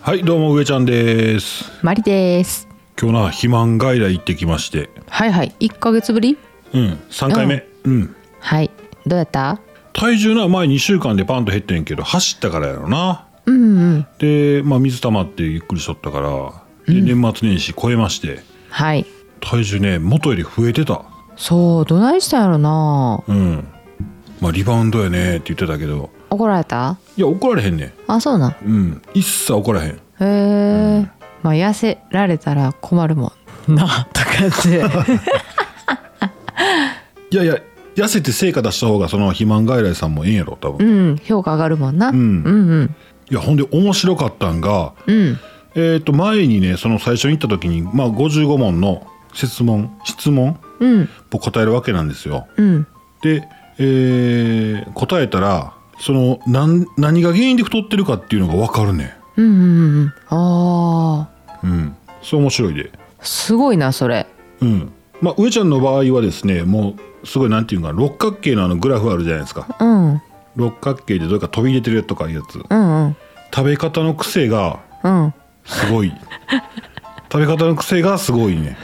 はい、どうも上ちゃんです。 マリです。 今日な肥満外来行ってきまして。 はいはい。1ヶ月ぶり 3回目。 はい。どうやった？ 体重な前2週間でパンと減ってんけど走ったからやろな。で、水溜まってゆっくりしとったから、で年末年始超えまして、 はい。 体重ね元より増えてた。 そう、どないしたんやろな。 リバウンドやねって言ってたけど。 怒られた？ いや怒られへんね。 あ、そうなん。 一切怒らへん。 へえ。痩せられたら困るもんなとかっていや痩せて成果出した方がその肥満外来さんもええんやろ多分。 評価上がるもんな。 いやほんで面白かったんが、前にねその最初に行った時に55問の質問を答えるわけなんですよ。で、答えたらその何が原因で太ってるかっていうのが分かるね。そう面白いで。 すごいなそれ。 上ちゃんの場合はですね、もうすごいなんていうか六角形のグラフあるじゃないですか。六角形でどれか飛び出てるとかいうやつ。食べ方の癖がすごい。食べ方の癖がすごいね。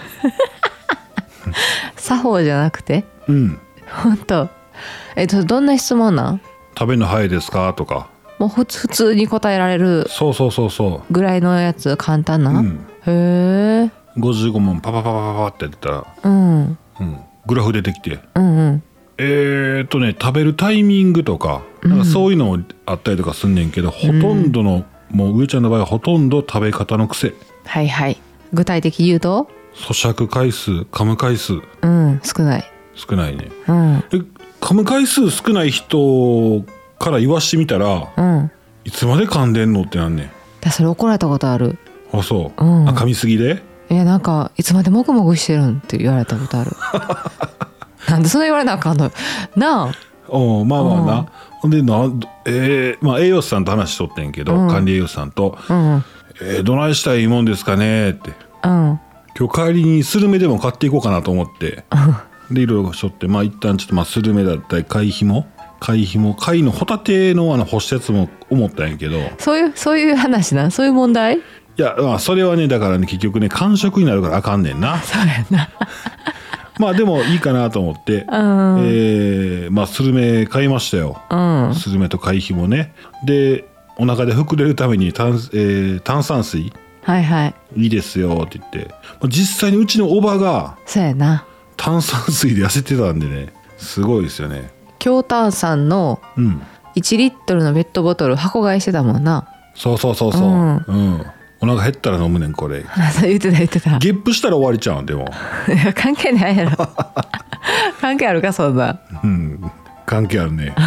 作法じゃなくて？ほんと。どんな質問なん？ 食べるの早いですかとか。 もう普通に答えられるそうぐらいのやつ。簡単な。へえ。 55問パパパパパってやってたらグラフ出てきて、食べるタイミングとかなんかそういうのもあったりとかすんねんけど、ほとんどのもう上ちゃんの場合はほとんど食べ方の癖。 はいはい。具体的に言うと咀嚼回数噛む回数少ないね。噛む回数少ない人から言わしてみたら、いつまで噛んでんのってなんねん。 それ怒られたことある。 あ、そう。噛みすぎで？ なんかいつまでもぐもぐしてるんって言われたことある。なんでそんな言われなあかんのなあ。 な。ほんで栄養士さんと話しとってんけど、管理栄養士さんと、どないしたらいいもんですかねって、今日帰りにスルメでも買っていこうかなと思って、でいろいろしとって、一旦ちょっとスルメだったり貝のホタテの干したやつも思ったんやけど、 そういう話な。そういう問題。いやそれはねだからね結局ね間食になるからあかんねんな。 そうやな。 でもいいかなと思って、スルメ買いましたよ。スルメと貝ひもね。でお腹で膨れるために炭酸水いいですよって言って、実際にうちのおばがそうやな炭酸水で痩せてたんでね、すごいですよね。強炭酸の1リットルのペットボトル箱買いしてたもんな。 そう、お腹減ったら飲むねんこれ。 言ってた。 ゲップしたら終わりちゃうんでも。 いや関係ないやろ。関係あるかそんな。 関係あるね。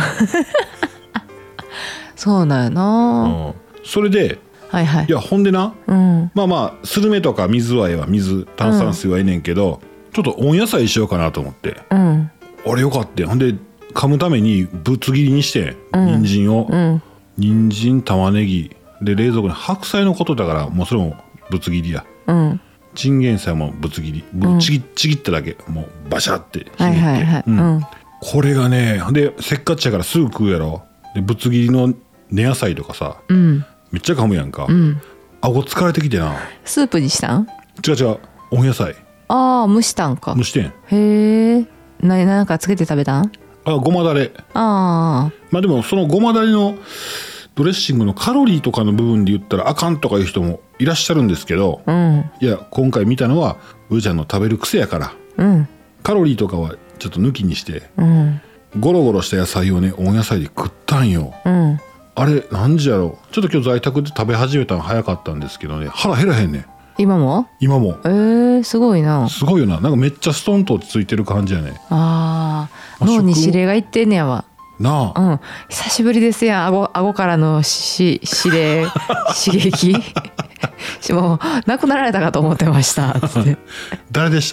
そうなんやな。 それでいやほんでな、スルメとか水はええわ、炭酸水はええねんけど、ちょっと温野菜しようかなと思って、あれよかった。ほんで噛むためにぶつ切りにして、人参玉ねぎで冷蔵庫に白菜のことだからもうそれもぶつ切りや、チンゲン菜もぶつ切り、ちぎっただけ、もうバシャってひねって、これがねでせっかちやからすぐ食うやろ。でぶつ切りの根野菜とかさ、めっちゃ噛むやんか。顎疲れてきてな。スープにしたん？ 違う温野菜。 蒸したんか。 蒸してん。 へえ。なんかつけて食べたん？ ごまだれ。でもそのごまだれのドレッシングのカロリーとかの部分で言ったらあかんとかいう人もいらっしゃるんですけど、いや今回見たのはうーちゃんの食べる癖やから、カロリーとかはちょっと抜きにして、ゴロゴロした野菜をね温野菜で食ったんよ。あれ何時やろう。ちょっと今日在宅で食べ始めたの早かったんですけどね、腹減らへんねん。今もすごいな。 すごいよな。なんかめっちゃストンと落ち着いてる感じやね。 脳に指令がいってんねやわなあ。 久しぶりですやん。顎からの指令刺激。もう亡くなられたかと思ってましたつって。 誰でした？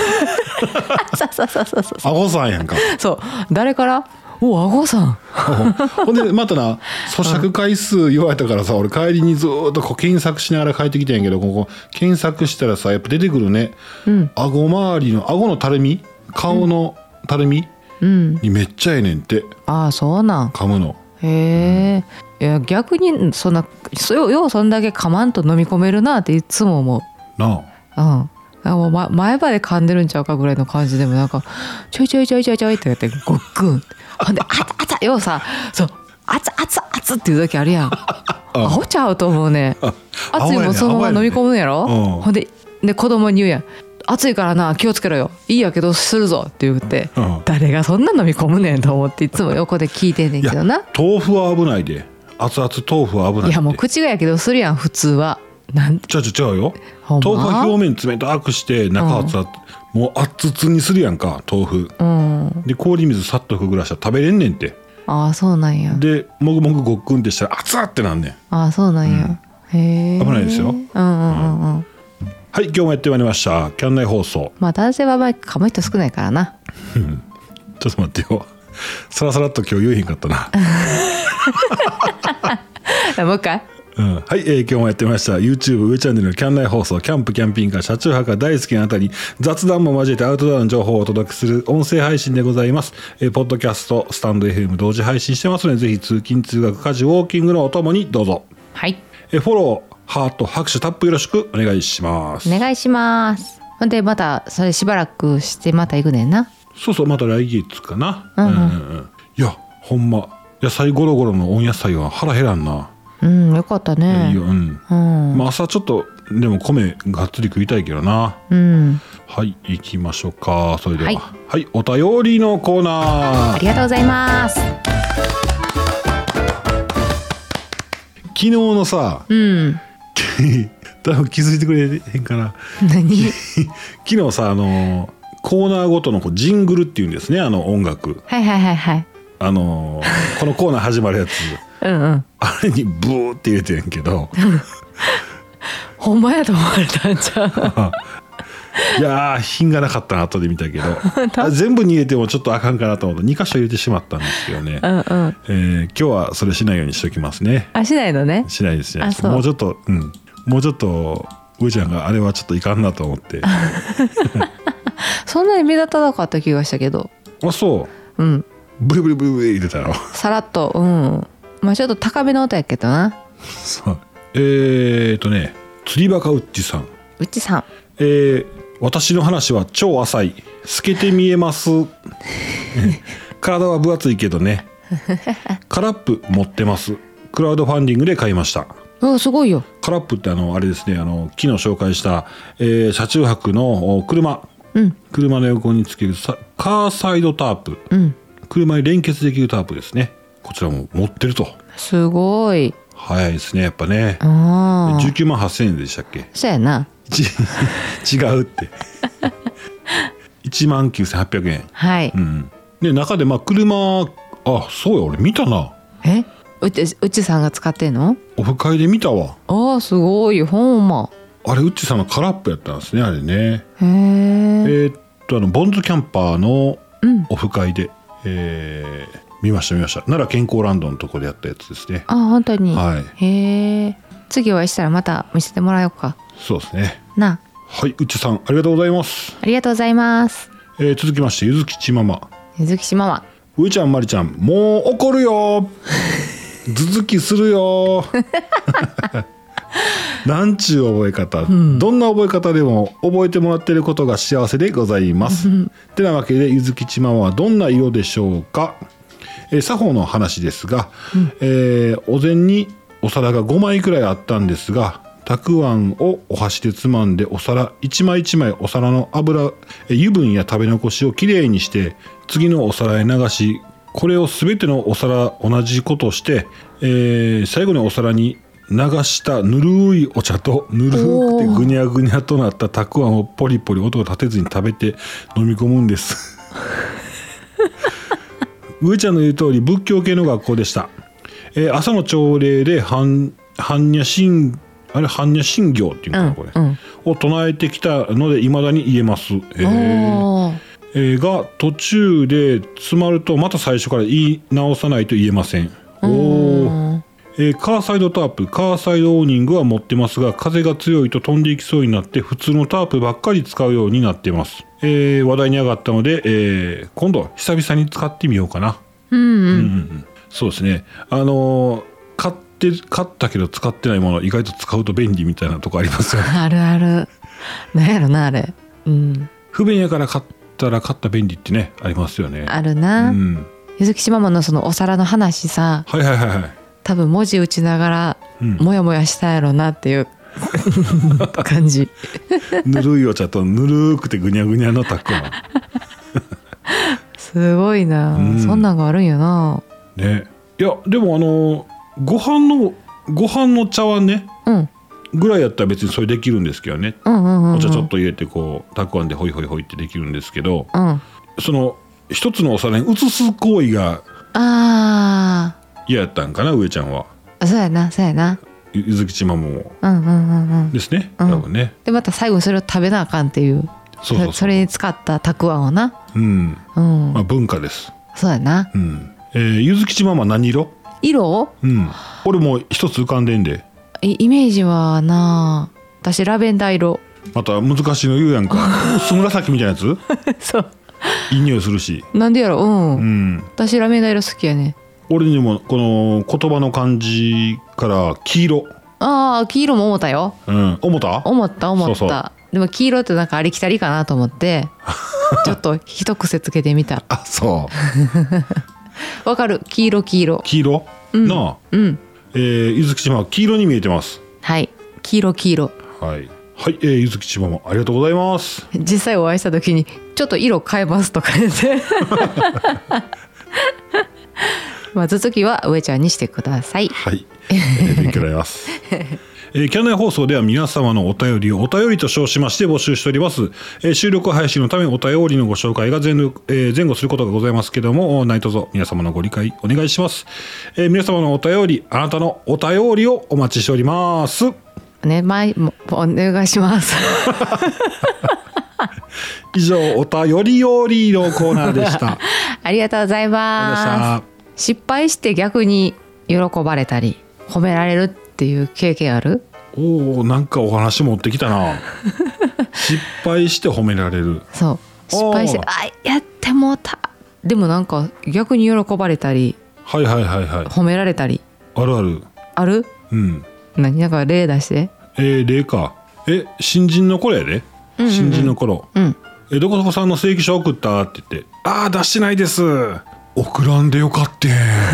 そう顎さんやんか。 そう、誰から？顎さん。 ほんでまたな咀嚼回数言われたからさ、俺帰りにずっと検索しながら帰ってきてんやけど、ここ検索したらさやっぱ出てくるね、顎周りの顎のたるみ、顔のたるみにめっちゃええねんって。 そうなん。 噛むの。 へえ。 いや逆にそんなようそんだけ噛まんと飲み込めるなっていつも思うなあ。 もう前歯で噛んでるんちゃうかぐらいの感じでもなんかちょいちょいちょいちょいちょいってやってごっくんほんであつようさそうあつっていう時あるやんアホちゃうと思うね熱いもんそのまま飲み込むんやろ、ほんで子供に言うやん熱いからな気をつけろよいいやけどするぞって言って、誰がそんな飲み込むねんと思っていつも横で聞いてんねんけどな。 豆腐は危ないで、熱々豆腐は危ないって。 いやもう口がやけどするやん普通は。なん違うよ、豆腐は表面冷たくして中熱々、もう熱々にするやんか豆腐、で氷水さっとくぐらしたら食べれんねんって。 ああそうなんや。 でもぐもぐごっくんってしたら熱々ってなんねん。 ああそうなんや、へえ危ないですよ。はい、今日もやってまいりましたキャン内放送。 まあ男性はまあ噛む人少ないからなちょっと待ってよ、サラサラっと今日言えへんかったなもう一回。 はい、今日もやってました YouTube 上チャンネルのキャン内放送、キャンプキャンピングカー車中泊が大好きなあたり雑談も交えてアウトドアの情報をお届けする音声配信でございます。ポッドキャストスタンド FM 同時配信してますので、ぜひ通勤通学家事ウォーキングのお供にどうぞ。 はい、 フォローハート拍手タップよろしくお願いします。 お願いします。ほんでまたそれしばらくしてまた行くねんな。 そうまた来月かな。いやほんま野菜ゴロゴロの温野菜は腹減らんな。 よかったね。 いいよ、まあ朝ちょっとでも米がっつり食いたいけどな。はい行きましょうか。それでははい、お便りのコーナー。 ありがとうございます。 昨日のさ、多分気づいてくれへんかな。 何昨日さコーナーごとのジングルっていうんですね、音楽。 はいこのコーナー始まるやつあれにブーって入れてんけどほんまやと思われたんちゃういや品がなかったな後で見たけど全部に入れてもちょっとあかんかなと思って2箇所入れてしまったんですけどね。今日はそれしないようにしておきますね。 しないのね。 しないですね。もうちょっと上ちゃんがあれはちょっといかんなと思ってそんなに目立たなかった気がしたけど。 あそう。ブリブリブリブリ入れたのさらっと。まあちょっと高めの音やけどな。 そう釣りバカウッチさん。 ウッチさん。 私の話は超浅い。透けて見えます体は分厚いけどねカラップ持ってます。クラウドファンディングで買いました。 すごいよ。 カラップってあれですね、昨日紹介した、車中泊の車の横につけるカーサイドタープ、車に連結できるタープですね。こちらも持ってると。 すごい早いですねやっぱね。19万8000円でしたっけ。 そうやな。 違うって1万9800円。 はい、 で中で車そうや俺見たな。 うちさんが使ってんの？ オフ会で見たわ。 すごいほんま。あれうちさんのカラップやったんですねあれね。ボンズキャンパーのオフ会で、見ました奈良健康ランドのところでやったやつですね。 本当に。 へえ。次お会いしたらまた見せてもらおうか。 そうですね。 はい、 うちさんありがとうございます。 ありがとうございます。 続きましてゆずきちママ。ういちゃんまりちゃんもう怒るよ頭突きするよなんちゅう覚え方、どんな覚え方でも覚えてもらっていることが幸せでございますてなわけでゆずきちママはどんな色でしょうか。作法の話ですが、お膳にお皿が5枚くらいあったんですが、たくあんをお箸でつまんでお皿一枚一枚お皿の油油分や食べ残しをきれいにして次のお皿へ流し、これを全てのお皿同じことして、最後にお皿に流したぬるいお茶とぬるくてぐにゃぐにゃとなったたくあんをポリポリ音が立てずに食べて飲み込むんです上ちゃんの言う通り仏教系の学校でした。朝の朝礼で般若心経っていうかなこれ、を唱えてきたのでいまだに言えます。が途中で詰まるとまた最初から言い直さないと言えません。カーサイドタープカーサイドオーニングは持ってますが、風が強いと飛んでいきそうになって普通のタープばっかり使うようになってます。話題に上がったので、今度久々に使ってみようかな。そうですね。買っったけど使ってないもの意外と使うと便利みたいなとこありますよね。 あるある。なんやろなあれ。うん。 不便やから買った便利ってねありますよね。 あるな。ゆずきちママのそのお皿の話さ、 はいはいはいはい。 多分文字打ちながら、もやもやしたやろなっていう感じ。 ぬるいお茶とぬるくてぐにゃぐにゃのたくあん。 すごいな、そんなんがあるんやな。 ね。いやでもご飯の茶碗ね、ぐらいやったら別にそれできるんですけどね、お茶ちょっと入れてこうたくあんでホイホイホイってできるんですけど、その一つのお皿に移す行為が嫌やったんかな、上ちゃんは。 そうやなそうやな。 ゆずきちママもですね、多分ね。でまた最後にそれを食べなあかんっていう、それに使ったたくあんをな、 まあ文化です。 そうやな。 ゆずきちママ何色？俺もう一つ浮かんでんで。 イメージはな、私ラベンダー色。 また難しいの言うやんか。薄紫みたいなやつ。 そう、 いい匂いするし。 なんでやろ。私ラベンダー色好きやね。 俺にもこの言葉の感じから黄色。 黄色も思ったよ。 思った。 そうでも黄色ってなんかありきたりかなと思ってちょっと一癖つけてみた。そうわかる。黄色なあ。ゆずきちママ黄色に見えてます。 はい、黄色。はい、 ゆずきちママありがとうございます。 実際お会いした時にちょっと色変えますとか言ってまあ続きは上ちゃんにしてください。 はい、勉強になります。キャンナイ放送では皆様のお便りをお便りと称しまして募集しております。収録配信のためお便りのご紹介が前後することがございますけども、何卒皆様のご理解お願いします。皆様のお便り、あなたのお便りをお待ちしております。お願いします以上、お便りよりのコーナーでしたありがとうございます。失敗して逆に喜ばれたり褒められるっていう経験ある？ なんかお話持ってきたな失敗して褒められる。 そう、失敗してやってもうた。でもなんか逆に喜ばれたり、褒められたり。 ある。 なんか例出して。 例か。新人の頃やで。新人の頃、どこどこさんの請求書送ったって言って、出してないです、送らんでよかって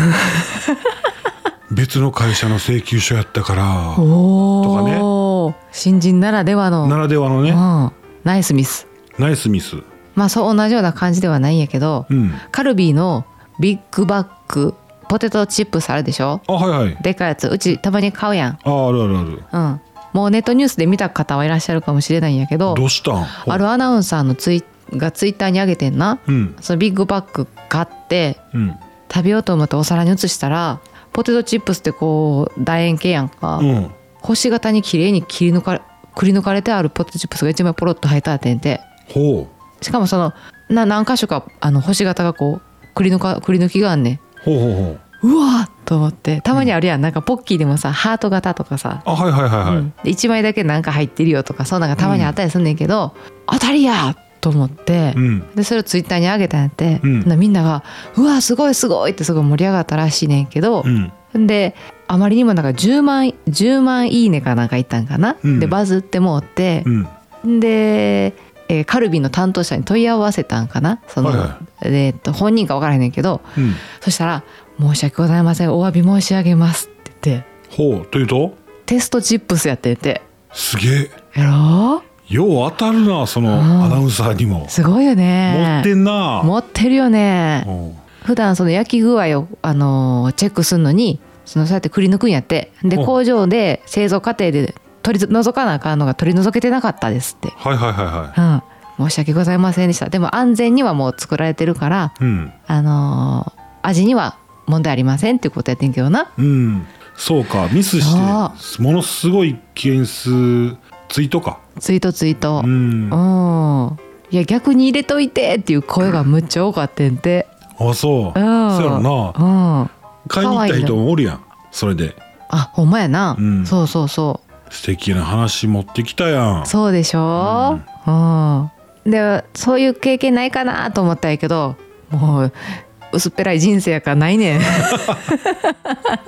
別の会社の請求書やったからとかね。 新人ならではのね、 ナイスミス。まあそう同じような感じではないんやけど、カルビーのビッグバッグポテトチップスあるでしょ。でかいやつ、うちたまに買うやん。 ある。 もうネットニュースで見た方はいらっしゃるかもしれないんやけど、 どうしたん？ あるアナウンサーのツイッターに上げてんな、そのビッグバッグ買って、食べようと思ってお皿に移したら、ポテトチップスってこう楕円形やんか、星型に綺麗にくり抜かれてあるポテトチップスが一枚ポロッと入ったってんて。しかもその何箇所か星型がこうくり抜きがあんねん。うわーと思って。たまにあるやん、なんかポッキーでもさハート型とかさ、1枚だけなんか入ってるよとか、そんなんがたまにあったりすんねんけど、当たりやと思って、でそれをツイッターに上げたんやって、みんながうわすごいすごいってすごい盛り上がったらしいねんけど、であまりにもなんか10万いいねかなんかいったんかな、でバズってもうて、でカルビの担当者に問い合わせたんかな、その、本人か分からへんねんけど、そしたら申し訳ございません、お詫び申し上げますって言って。 というとテストチップスやってて。 すげえやろ。 よう当たるな、そのアナウンサーにも。 すごいよね。持ってるよね。普段その焼き具合をチェックするのにそうやってくり抜くんやって。で工場で製造過程で取り除かなあかんのが取り除けてなかったですって。申し訳ございませんでした。でも安全にはもう作られてるから、味には問題ありませんっていうことやってんけどな。 そうか、ミスしてものすごい件数ツイート。いや逆に入れといてっていう声がむっちゃ多かったんて。そうやろな。買いに行った人もおるやん、それで。 ほんまやな。そう素敵な話持ってきたやん。 そうでしょ。でそういう経験ないかなと思ったんやけど、もう薄っぺらい人生やからないねん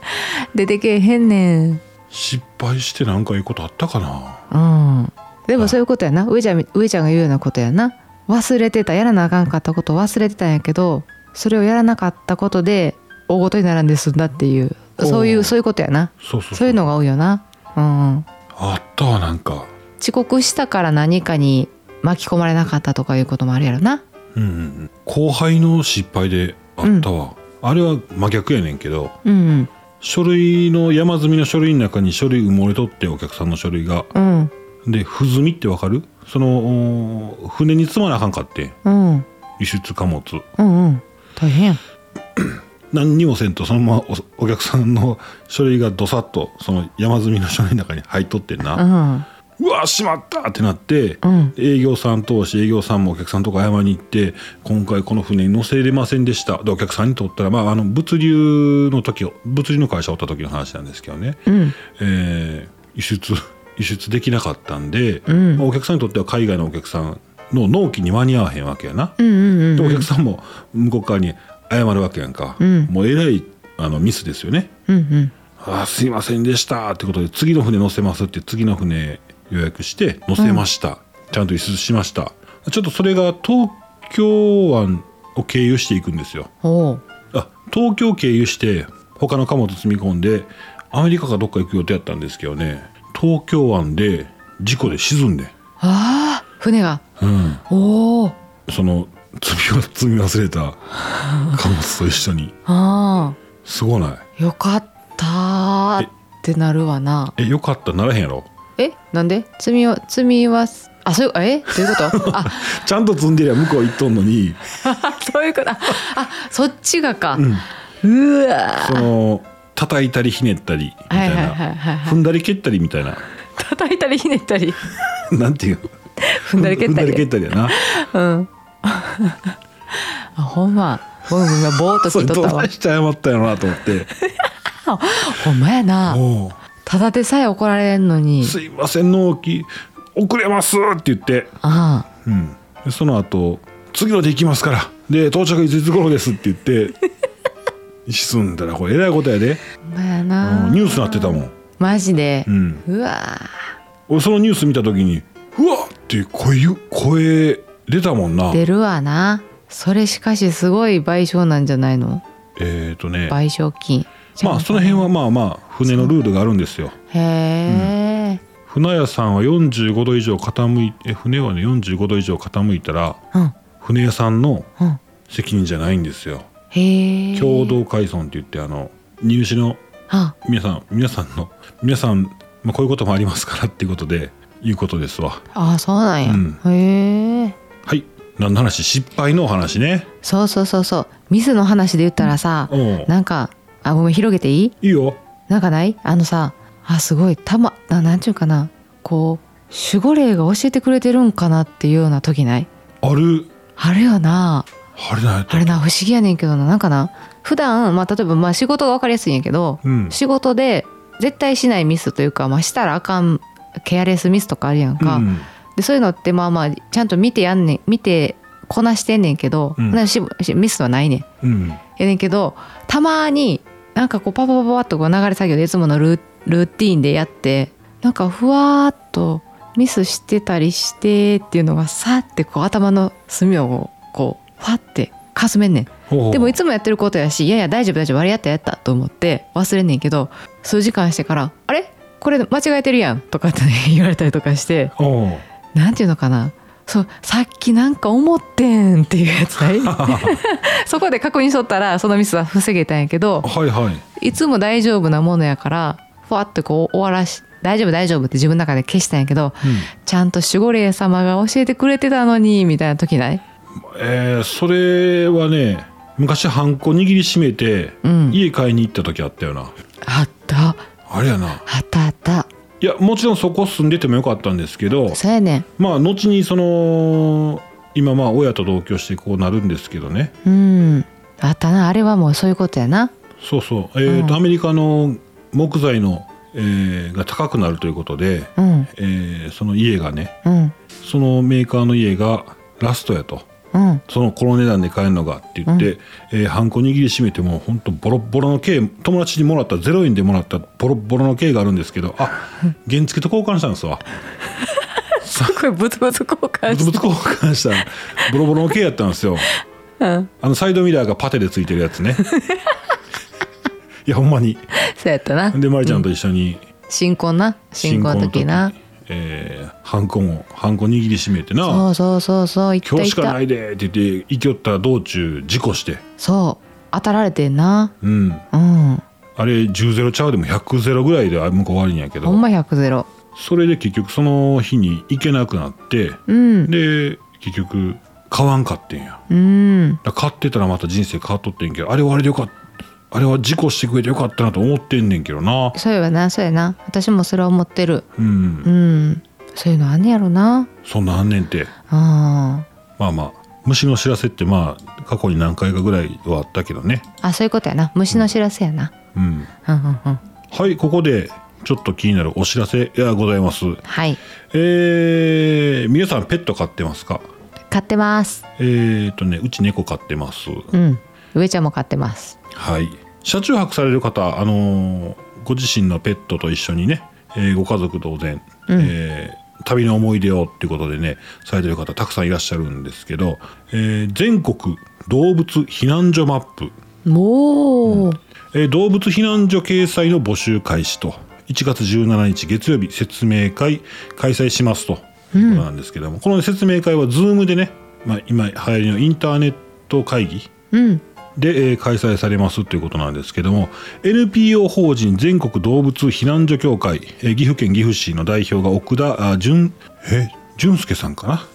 出てけえへんねん。 失敗してなんかいいことあったかな。 うん。でもそういうことやな。上ちゃんが言うようなことやな。忘れてた、やらなあかんかったことを忘れてたんやけど、それをやらなかったことで大ごとにならんで済んだっていう、そういうことやな。そういうのが多いよな。うん。 あったわ。なんか遅刻したから何かに巻き込まれなかったとかいうこともあるやろな。 うんうん、後輩の失敗であったわ、あれは真逆やねんけど、書類の山積みの書類の中に書類埋もれとって、お客さんの書類が、で不積みってわかる？その船に積まなあかんかって、輸出貨物、 大変や何にもせんとそのまま お客さんの書類がどさっとその山積みの書類の中に入っとってんな、うわしまったってなって、営業さん通し、営業さんもお客さんとか謝りに行って、今回この船に乗せれませんでしたで、お客さんにとったら、物流の会社おった時の話なんですけどね、輸出できなかったんで、お客さんにとっては海外のお客さんの納期に間に合わへんわけやな、でお客さんも向こう側に謝るわけやんか、もうえらいミスですよね、すいませんでしたってことで、次の船乗せますって次の船予約して乗せました、ちゃんと輸出しました。ちょっとそれが東京湾を経由していくんですよ。東京経由して他の貨物積み込んでアメリカかどっか行く予定やったんですけどね、東京湾で事故で沈んで、 船が、 その積み忘れた貨物と一緒にすごない？ よかったってなるわな。 よかったならへんやろ。 なんで積みはそういうどういうことちゃんと積んでりゃ向こう行っとんのにそういうこと。そっちがか、うわ、 その叩いたりひねったりみたいな、踏んだり蹴ったりみたいな、 叩いたりひねったりなんていう踏んだり蹴ったりやな。 ほんまぼーっと聞いとったわ。 それどないして謝ったんやろなと思ってほんまやな。ただでさえ怒られんのに、 すいません納期遅れますって言って、でその後次ので行きますからで到着いつ頃ですって言って沈んだらこれえらいことやで。 ほんまやな、 ニュースなってたもんマジで、うわ俺そのニュース見た時にうわって声出たもんな。 出るわな。それしかしすごい賠償なんじゃないの？賠償金、 その辺は船のルールがあるんですよ。 へえ、 船屋さんは45度以上傾いて、船はね45度以上傾いたら、船屋さんの責任じゃないんですよ。共同開損って言って、荷主の皆さん、こういうこともありますからっていうことで言うことですわ。 そうなんや、へえ。 はい、何の話？失敗のお話ね。 そうミスの話で言ったらさ、なんかごめん、広げていい？ いいよ。 なんかない？すごいなんちゅうかな、こう守護霊が教えてくれてるんかなっていうような時ない？あるよな。あれな、不思議やねんけどな、なんかな、普段例えば仕事が分かりやすいんやけど、仕事で絶対しないミスというか、したらあかんケアレスミスとかあるやんか、でそういうのってちゃんと見てこなしてんねんけど、ミスはないねん、やねんけど、たまになんかこうパパパパッと流れ作業でいつものルーティーンでやって、なんかふわーっとミスしてたりしてっていうのがさってこう頭の隅をこうファってかすめんねん。でもいつもやってることやし、いや大丈夫あれやったと思って忘れんねんけど、数時間してからあれこれ間違えてるやんとかって言われたりとかして、なんていうのかな、さっきなんか思ってんっていうやつないそこで確認しとったらそのミスは防げたんやけど、いつも大丈夫なものやからふわってこう終わらし、大丈夫って自分の中で消したんやけど、ちゃんと守護霊様が教えてくれてたのにみたいな時ない？ それはね、昔ハンコ握りしめて、家買いに行った時あったよな。 あった。 あれやな。 あった。 いやもちろんそこ住んでてもよかったんですけど、 そうやねん。 後に今親と同居してこうなるんですけどね。 あったな、あれはもうそういうことやな。 そう。アメリカの木材の、が高くなるということで、その家がね、そのメーカーの家がラストやと。 そのこの値段で買えるのがって言って、ハンコ握りしめても本当ボロボロの軽、友達にもらった0円でもらったボロボロの軽があるんですけど、原付と交換したんですわ。 すごいブツブツ交換した。 ブツブツ交換したボロボロの軽やったんですよ。サイドミラーがパテでついてるやつね。いやほんまにそうやったな。 でまりちゃんと一緒に、 新婚の時な、 ハンコ握りしめてな、 そう今日しかないでって言って行きよった道中事故して、 そう当たられてんな。あれ10ゼロちゃうでも100ゼロぐらいで向こう終わりんやけど、 ほんま100ゼロ。 それで結局その日に行けなくなって、で結局買わんかってんや。買ってたらまた人生変わっとってんけど、あれはあれでよかった、あれは事故してくれてよかったなと思ってんねんけどな。 そうやな、そうやな。私もそれは思ってる。そういうのあんねやろな。 そんなあんねんて。まあ虫の知らせって過去に何回かぐらいはあったけどね。 そういうことやな。虫の知らせやな。 はい、ここでちょっと気になるお知らせがございます。 はい。 皆さんペット飼ってますか？ 飼ってます。 うち猫飼ってます。 上ちゃんも飼ってます。 はい。車中泊される方、ご自身のペットと一緒にね、ご家族同然、旅の思い出をっていうことでねされてる方たくさんいらっしゃるんですけど、全国動物避難所マップ、動物避難所掲載の募集開始と、1月17日月曜日説明会開催しますということなんですけども、この説明会は Zoom でね、今流行りのインターネット会議で、開催されますということなんですけども、 NPO 法人全国動物避難所協会、岐阜県岐阜市の代表が奥田淳介さんかな、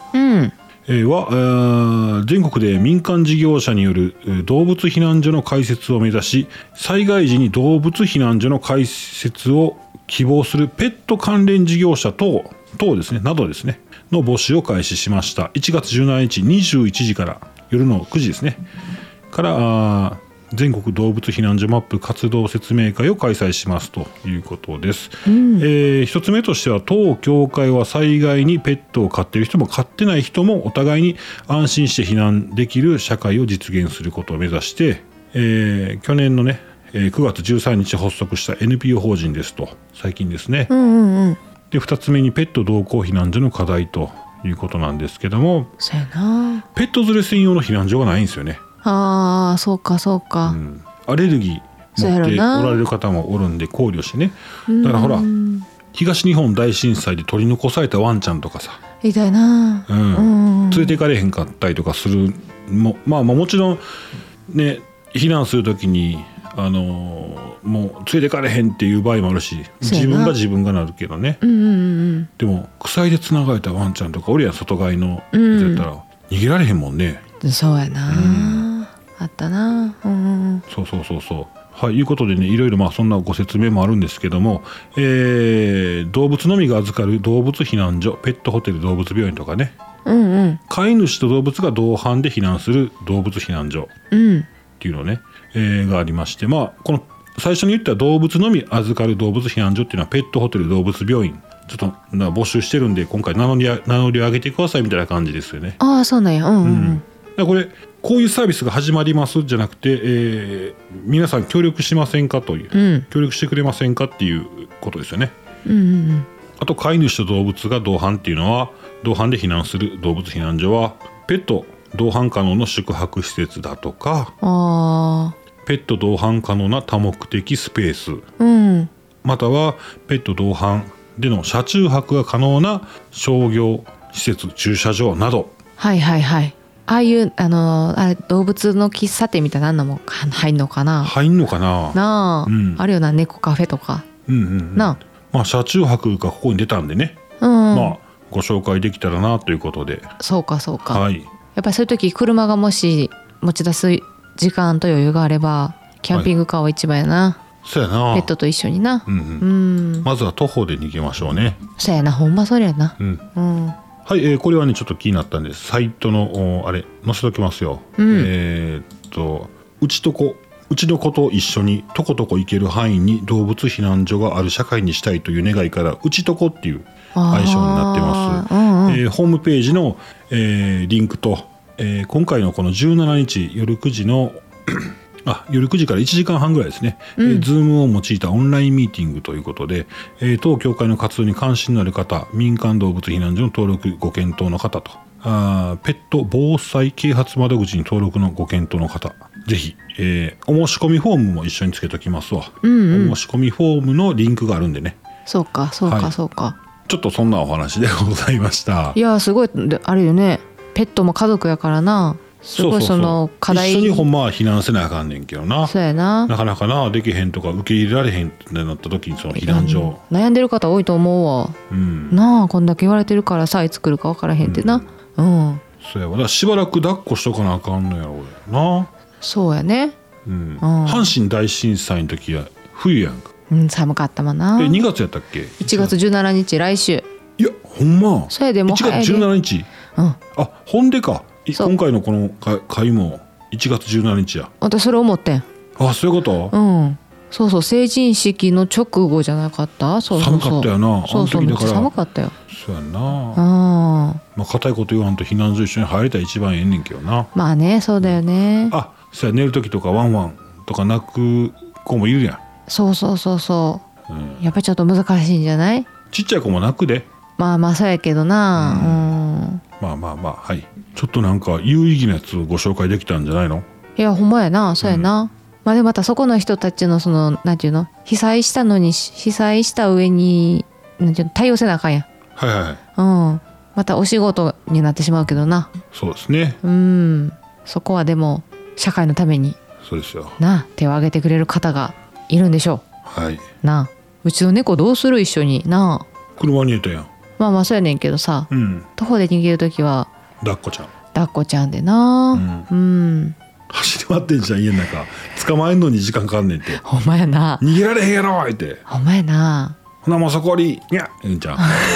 は全国で民間事業者による動物避難所の開設を目指し、災害時に動物避難所の開設を希望するペット関連事業者等ですね、などですねの募集を開始しました。1月17日21時から夜の9時ですねから全国動物避難所マップ活動説明会を開催しますということです。一つ目としては、当協会は災害にペットを飼っている人も飼ってない人もお互いに安心して避難できる社会を実現することを目指して、去年のね、9月13日発足した NPO 法人ですと、最近ですね。で2つ目にペット同行避難所の課題ということなんですけども、 そうやな、 ペット連れ専用の避難所がないんですよね。 そうか、 アレルギー持っておられる方もおるんで考慮してね。だからほら東日本大震災で取り残されたワンちゃんとかさ、 痛いな、 連れて行かれへんかったりとかするももちろんね、避難するときにもう連れて行かれへんっていう場合もあるし、自分がなるけどね。でも鎖でつながれたワンちゃんとかおるやん、外側のやつやったら逃げられへんもんね。 そうやな、あったな。 そうはい、いうことでね、いろいろそんなご説明もあるんですけども、動物のみが預かる動物避難所、ペットホテル、動物病院とかね、飼い主と動物が同伴で避難する動物避難所っていうのね、がありまして、この最初に言った動物のみ預かる動物避難所っていうのはペットホテル、動物病院ちょっと募集してるんで、今回名乗りを上げてくださいみたいな感じですよね。 そうなんや。 こういうサービスが始まりますじゃなくて、皆さん協力しませんかという、協力してくれませんかっていうことですよね。あと飼い主と動物が同伴っていうのは、同伴で避難する動物避難所はペット同伴可能の宿泊施設だとか、ペット同伴可能な多目的スペース、またはペット同伴での車中泊が可能な商業施設、駐車場など。ああいう動物の喫茶店みたいなのも入んのかな。あるよな、猫カフェとか。車中泊がここに出たんでね、ご紹介できたらなということで。 そうか、やっぱりそういう時車がもし持ち出す時間と余裕があればキャンピングカーは一番やな。 そうやな、 ペットと一緒にな。 まずは徒歩で逃げましょうね。 そうやな、ほんまそれやな。 はい、これはねちょっと気になったんでサイトのあれ載せときますよ。うちの子と一緒にとことこ行ける範囲に動物避難所がある社会にしたいという願いからうちとこっていう愛称になってます。ホームページの、リンクと、 今回のこの17日夜9時の夜9時から1時間半ぐらいですね、Zoom を用いたオンラインミーティングということで、当協会の活動に関心のある方、民間動物避難所の登録ご検討の方と、ペット防災啓発窓口に登録のご検討の方、ぜひ、お申し込みフォームも一緒につけときますわ、お申し込みフォームのリンクがあるんでね。 そうかそうかそうか、 ちょっとそんなお話でございました。 いやすごいあるよね、ペットも家族やからな、すごいその課題、 一緒にほんまは避難せなあかんねんけどな、 そうやな、 なかなかなできへんとか受け入れられへんってなった時にその避難所、 悩んでる方多いと思うわ、なあこんだけ言われてるからさいつ来るか分からへんってな、 そうやわ、だからしばらく抱っこしとかなあかんのやろ俺な。 そうやね、 阪神大震災の時は冬やんか、 寒かったもんな。 2月やったっけ ？1月17日来週。 いやほんまそれでも 1月17日、ほんでか今回のこの会も1月17日や。 私それ思ってん。 そういうこと？ そうそう、成人式の直後じゃなかった？そう寒かったよな。 そうそう、めっちゃ寒かったよ。 そうやな。固いこと言わんと避難所一緒に入れたら一番ええねんけどな。 まあね、そうだよね。 そうや、寝る時とかワンワンとか泣く子もいるやん。 そうそうそうそう、やっぱりちょっと難しいんじゃない？ ちっちゃい子も泣くで。まあそうやけどな。 はい。ちょっとなんか有意義なやつをご紹介できたんじゃないの？いやほんまやな、そうやな。でまたそこの人たちのそのなんていうの、被災したのに被災した上になんていうの、対応せなあかんやん。またお仕事になってしまうけどな。 そうですね。 そこはでも社会のためにそうですよな、手を挙げてくれる方がいるんでしょう。なあ、うちの猫どうする？一緒になあ。 車に入れたやん。 まあそうやねんけどさ、徒歩で逃げるときは抱っこちゃん。 抱っこちゃんでな。 走り回ってんじゃん家の中。捕まえんのに時間かかんねんって。 ほんまやな。 逃げられへんやろって。 ほんまやな。 ほなもうそこににゃうんちゃん。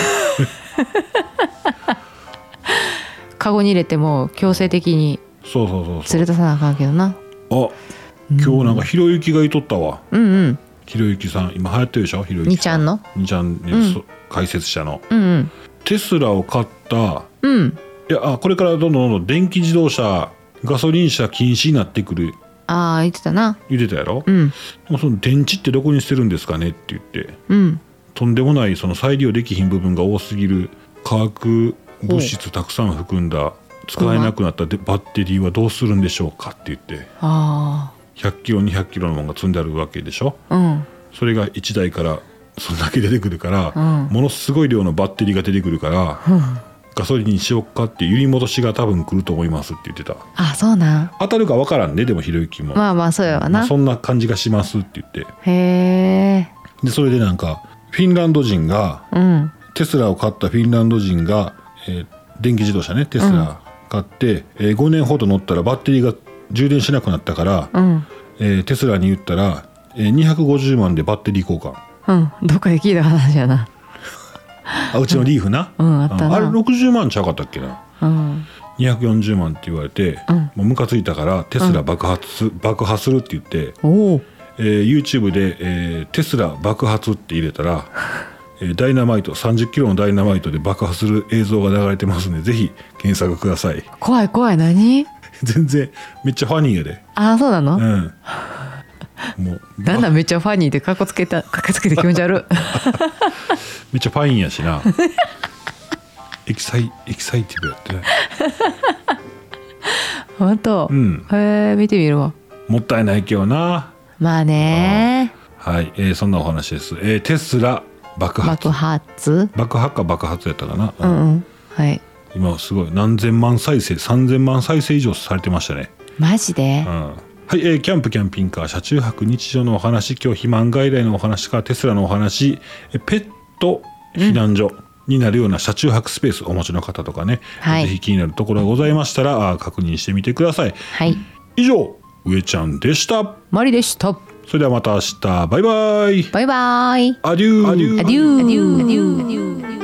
カゴに入れても強制的に連れ出さなあかんけどな。 今日なんかひろゆきがいとったわ。ひろゆきさん今流行ってるでしょ。ひろゆきさん。2ちゃんね、解説者の。テスラを買った。いやこれからどんどん電気自動車ガソリン車禁止になってくる。 言ってたな。 言ってたやろ。でもその電池ってどこに捨てるんですかねって言って、とんでもないその再利用できひん部分が多すぎる化学物質たくさん含んだ使えなくなったバッテリーはどうするんでしょうかって言って、100キロ200キロのものが積んであるわけでしょ。それが1台からそんだけ出てくるから、ものすごい量のバッテリーが出てくるから、ガソリンにしよっかって揺り戻しが多分来ると思いますって言ってた。 そうなん。 当たるか分からんね。でもひろゆきもそうやわな。 そんな感じがしますって言って。でそれでなんかフィンランド人が、テスラを買ったフィンランド人が、電気自動車ねテスラ買って、5年ほど乗ったらバッテリーが充電しなくなったから、テスラに言ったら、250万でバッテリー交換。 どっかで聞いた話やな。 うちのリーフな、 あったな。 あれ60万ちゃうかったっけな、240万って言われて、もうムカついたからテスラ爆破するって言って、YouTube で、テスラ爆発って入れたらダイナマイト30キロのダイナマイトで爆破する映像が流れてますのでぜひ検索ください。 怖い怖い。何？ 全然めっちゃファニーやで。 そうなの？ もうだんだんめっちゃファニーでかっこつけて気持ち悪い。 めっちゃファインやしな。エキサイティブやってね。 本当。見てみるわ。 もったいないけどな。 まあね。 はい、そんなお話です。テスラ爆破か爆発やったかな。 はい。 今すごい何千万再生3000万再生以上されてましたね。 マジで？ はい、キャンプキャンピングカー車中泊日常のお話、今日肥満外来のお話からテスラのお話、ペット避難所になるような車中泊スペースお持ちの方とかね、ぜひ気になるところがございましたら確認してみてください。以上上ちゃんでした。 マリでした。 それではまた明日。バイバイ。 バイバイ。 アデュー。 アデュー。